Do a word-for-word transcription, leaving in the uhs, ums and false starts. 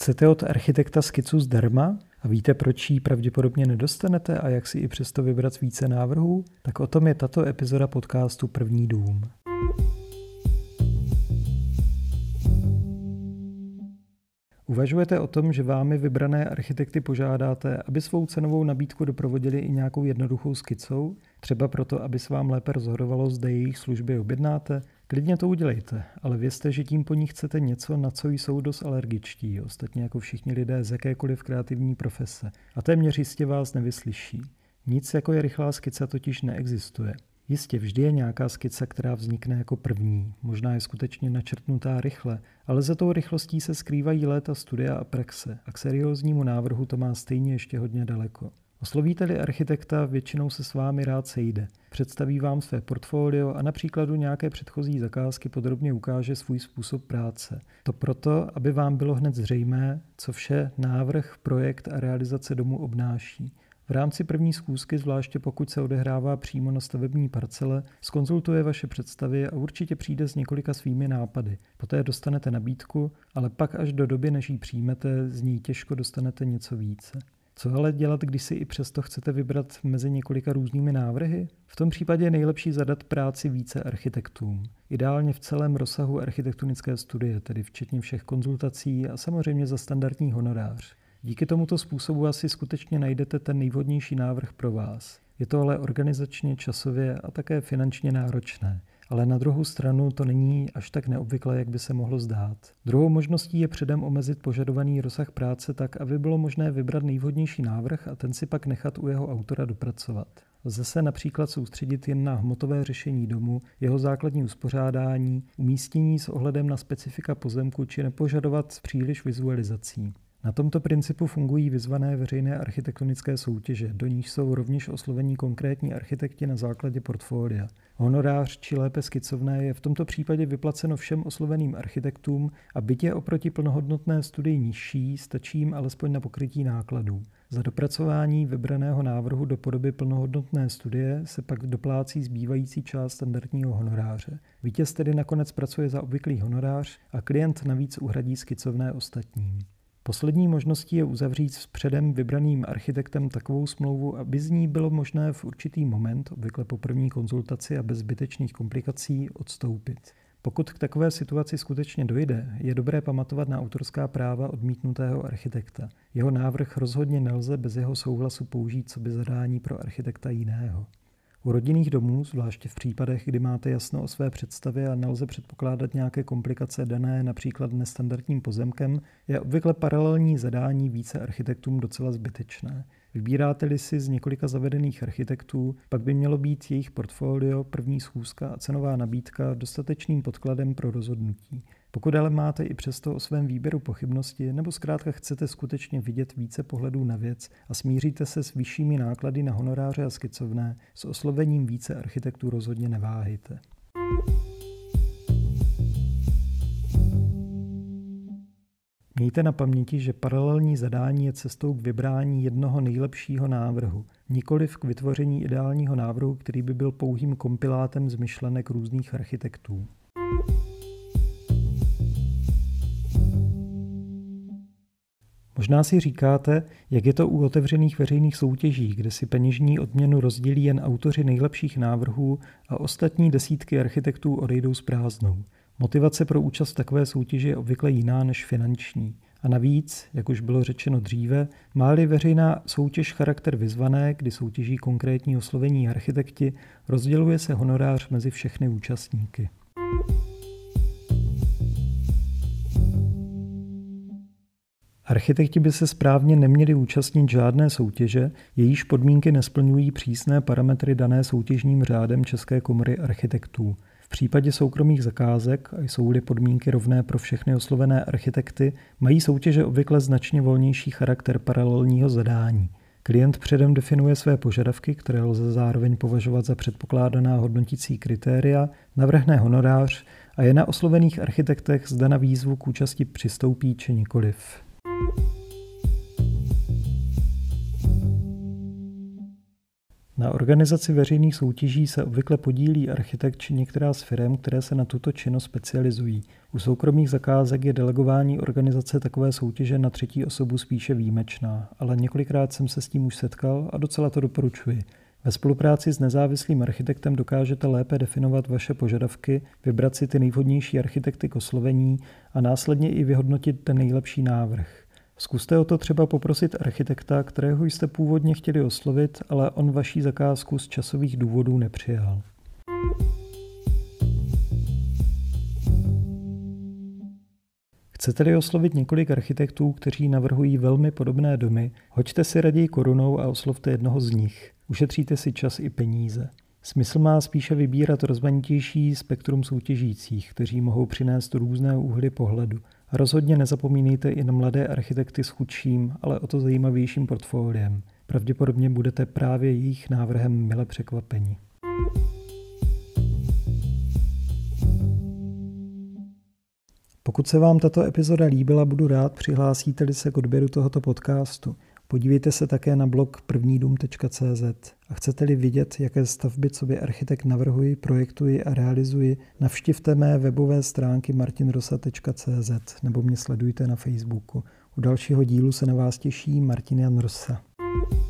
Chcete od architekta skicu zdarma a víte, proč ji pravděpodobně nedostanete a jak si i přesto vybrat z více návrhů? Tak o tom je tato epizoda podcastu První dům. Uvažujete o tom, že vámi vybrané architekty požádáte, aby svou cenovou nabídku doprovodili i nějakou jednoduchou skicou? Třeba proto, aby se vám lépe rozhodovalo, zda jejich služby objednáte? Klidně to udělejte, ale vězte, že tím po ní chcete něco, na co jsou dost alergičtí, ostatně jako všichni lidé z jakékoliv kreativní profese. A téměř jistě vás nevyslyší. Nic jako je rychlá skica totiž neexistuje. Jistě vždy je nějaká skica, která vznikne jako první. Možná je skutečně načrtnutá rychle, ale za tou rychlostí se skrývají léta studia a praxe a k serióznímu návrhu to má stejně ještě hodně daleko. Oslovíte-li architekta, většinou se s vámi rád sejde. Představí vám své portfolio a na příkladu nějaké předchozí zakázky podrobně ukáže svůj způsob práce. To proto, aby vám bylo hned zřejmé, co vše návrh, projekt a realizace domu obnáší. V rámci první schůzky, zvláště pokud se odehrává přímo na stavební parcele, zkonzultuje vaše představy a určitě přijde s několika svými nápady. Poté dostanete nabídku, ale pak až do doby, než ji přijmete, z ní těžko dostanete něco více. Co ale dělat, když si i přesto chcete vybrat mezi několika různými návrhy? V tom případě je nejlepší zadat práci více architektům. Ideálně v celém rozsahu architektonické studie, tedy včetně všech konzultací a samozřejmě za standardní honorář. Díky tomuto způsobu asi skutečně najdete ten nejvhodnější návrh pro vás. Je to ale organizačně, časově a také finančně náročné. Ale na druhou stranu to není až tak neobvyklé, jak by se mohlo zdát. Druhou možností je předem omezit požadovaný rozsah práce tak, aby bylo možné vybrat nejvhodnější návrh a ten si pak nechat u jeho autora dopracovat. Lze se například soustředit jen na hmotové řešení domu, jeho základní uspořádání, umístění s ohledem na specifika pozemku či nepožadovat příliš vizualizací. Na tomto principu fungují vyzvané veřejné architektonické soutěže, do níž jsou rovněž oslovení konkrétní architekti na základě portfolia. Honorář či lépe skicovné je v tomto případě vyplaceno všem osloveným architektům a byť je oproti plnohodnotné studii nižší, stačí jim alespoň na pokrytí nákladů. Za dopracování vybraného návrhu do podoby plnohodnotné studie se pak doplácí zbývající část standardního honoráře. Vítěz tedy nakonec pracuje za obvyklý honorář a klient navíc uhradí skicovné ostatním. Poslední možností je uzavřít s předem vybraným architektem takovou smlouvu, aby z ní bylo možné v určitý moment, obvykle po první konzultaci a bez zbytečných komplikací, odstoupit. Pokud k takové situaci skutečně dojde, je dobré pamatovat na autorská práva odmítnutého architekta. Jeho návrh rozhodně nelze bez jeho souhlasu použít coby zadání pro architekta jiného. U rodinných domů, zvláště v případech, kdy máte jasno o své představě a nelze předpokládat nějaké komplikace dané například nestandardním pozemkem, je obvykle paralelní zadání více architektům docela zbytečné. Vybíráte-li si z několika zavedených architektů, pak by mělo být jejich portfolio, první schůzka a cenová nabídka dostatečným podkladem pro rozhodnutí. Pokud ale máte i přesto o svém výběru pochybnosti, nebo zkrátka chcete skutečně vidět více pohledů na věc a smíříte se s vyššími náklady na honoráře a skicovné, s oslovením více architektů rozhodně neváhejte. Mějte na paměti, že paralelní zadání je cestou k vybrání jednoho nejlepšího návrhu, nikoliv k vytvoření ideálního návrhu, který by byl pouhým kompilátem z myšlenek různých architektů. Možná si říkáte, jak je to u otevřených veřejných soutěží, kde si peněžní odměnu rozdělí jen autoři nejlepších návrhů a ostatní desítky architektů odejdou s prázdnou. Motivace pro účast v takové soutěži je obvykle jiná než finanční. A navíc, jak už bylo řečeno dříve, má-li veřejná soutěž charakter vyzvané, kdy soutěží konkrétní oslovení architekti, rozděluje se honorář mezi všechny účastníky. Architekti by se správně neměli účastnit žádné soutěže, jejíž podmínky nesplňují přísné parametry dané soutěžním řádem České komory architektů. V případě soukromých zakázek, a jsou-li podmínky rovné pro všechny oslovené architekty, mají soutěže obvykle značně volnější charakter paralelního zadání. Klient předem definuje své požadavky, které lze zároveň považovat za předpokládaná hodnotící kritéria, navrhne honorář a je na oslovených architektech, zda na výzvu k účasti přistoupí či nikoliv. Na organizaci veřejných soutěží se obvykle podílí architekt či některá z firem, které se na tuto činnost specializují. U soukromých zakázek je delegování organizace takové soutěže na třetí osobu spíše výjimečná, ale několikrát jsem se s tím už setkal a docela to doporučuji. Ve spolupráci s nezávislým architektem dokážete lépe definovat vaše požadavky, vybrat si ty nejvhodnější architekty k oslovení a následně i vyhodnotit ten nejlepší návrh. Zkuste o to třeba poprosit architekta, kterého jste původně chtěli oslovit, ale on vaší zakázku z časových důvodů nepřijal. Chcete-li oslovit několik architektů, kteří navrhují velmi podobné domy, hoďte si raději korunou a oslovte jednoho z nich. Ušetříte si čas i peníze. Smysl má spíše vybírat rozmanitější spektrum soutěžících, kteří mohou přinést různé úhly pohledu. A rozhodně nezapomínejte i na mladé architekty s chudším, ale o to zajímavějším portfoliem. Pravděpodobně budete právě jejich návrhem mile překvapeni. Pokud se vám tato epizoda líbila, budu rád, přihlásíte-li se k odběru tohoto podcastu. Podívejte se také na blog první dům tečka cé zet a chcete-li vidět, jaké stavby coby architekt navrhuji, projektuji a realizuji, navštivte mé webové stránky martin rosa tečka cé zet nebo mě sledujte na Facebooku. U dalšího dílu se na vás těší Martin Jan Rosa.